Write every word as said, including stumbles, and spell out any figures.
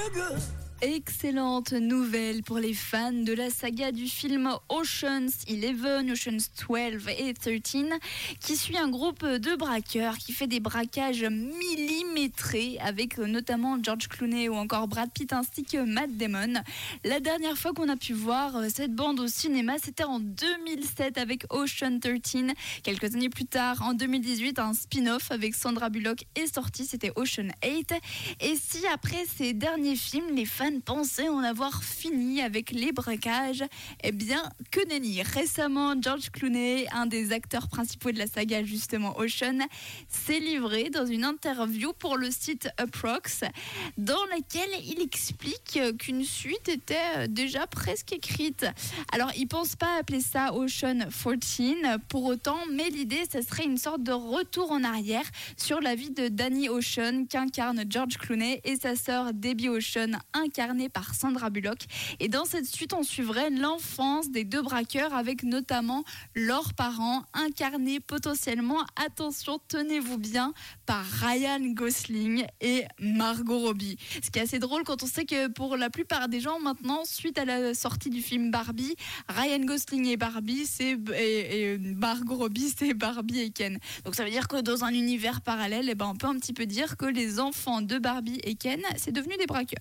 Excellente nouvelle pour les fans de la saga du film Ocean's Eleven, Ocean's douze et treize, qui suit un groupe de braqueurs qui fait des braquages millimétrés avec notamment George Clooney ou encore Brad Pitt ainsi que Matt Damon. La dernière fois qu'on a pu voir cette bande au cinéma, c'était en deux mille sept avec Ocean treize. Quelques années plus tard, en deux mille dix-huit, un spin-off avec Sandra Bullock est sorti, c'était Ocean huit. Et si après ces derniers films, les fans pensaient en avoir fini avec les braquages, eh bien, que nenni. Récemment, George Clooney, un des acteurs principaux de la saga justement Ocean, s'est livré dans une interview pour le site Approx, dans laquelle il explique qu'une suite était déjà presque écrite. Alors, il pense pas appeler ça Ocean quatorze pour autant, mais l'idée, ce serait une sorte de retour en arrière sur la vie de Danny Ocean, qu'incarne George Clooney, et sa sœur Debbie Ocean, incarnée par Sandra Bullock. Et dans cette suite, on suivrait l'enfance des deux braqueurs avec notamment leurs parents, incarnés potentiellement, attention, tenez-vous bien, par Ryan Gosling et Margot Robbie. Ce qui est assez drôle quand on sait que pour la plupart des gens maintenant, suite à la sortie du film Barbie, Ryan Gosling et Barbie, c'est et, et Margot Robbie, c'est Barbie et Ken. Donc ça veut dire que dans un univers parallèle, eh ben on peut un petit peu dire que les enfants de Barbie et Ken, c'est devenu des braqueurs.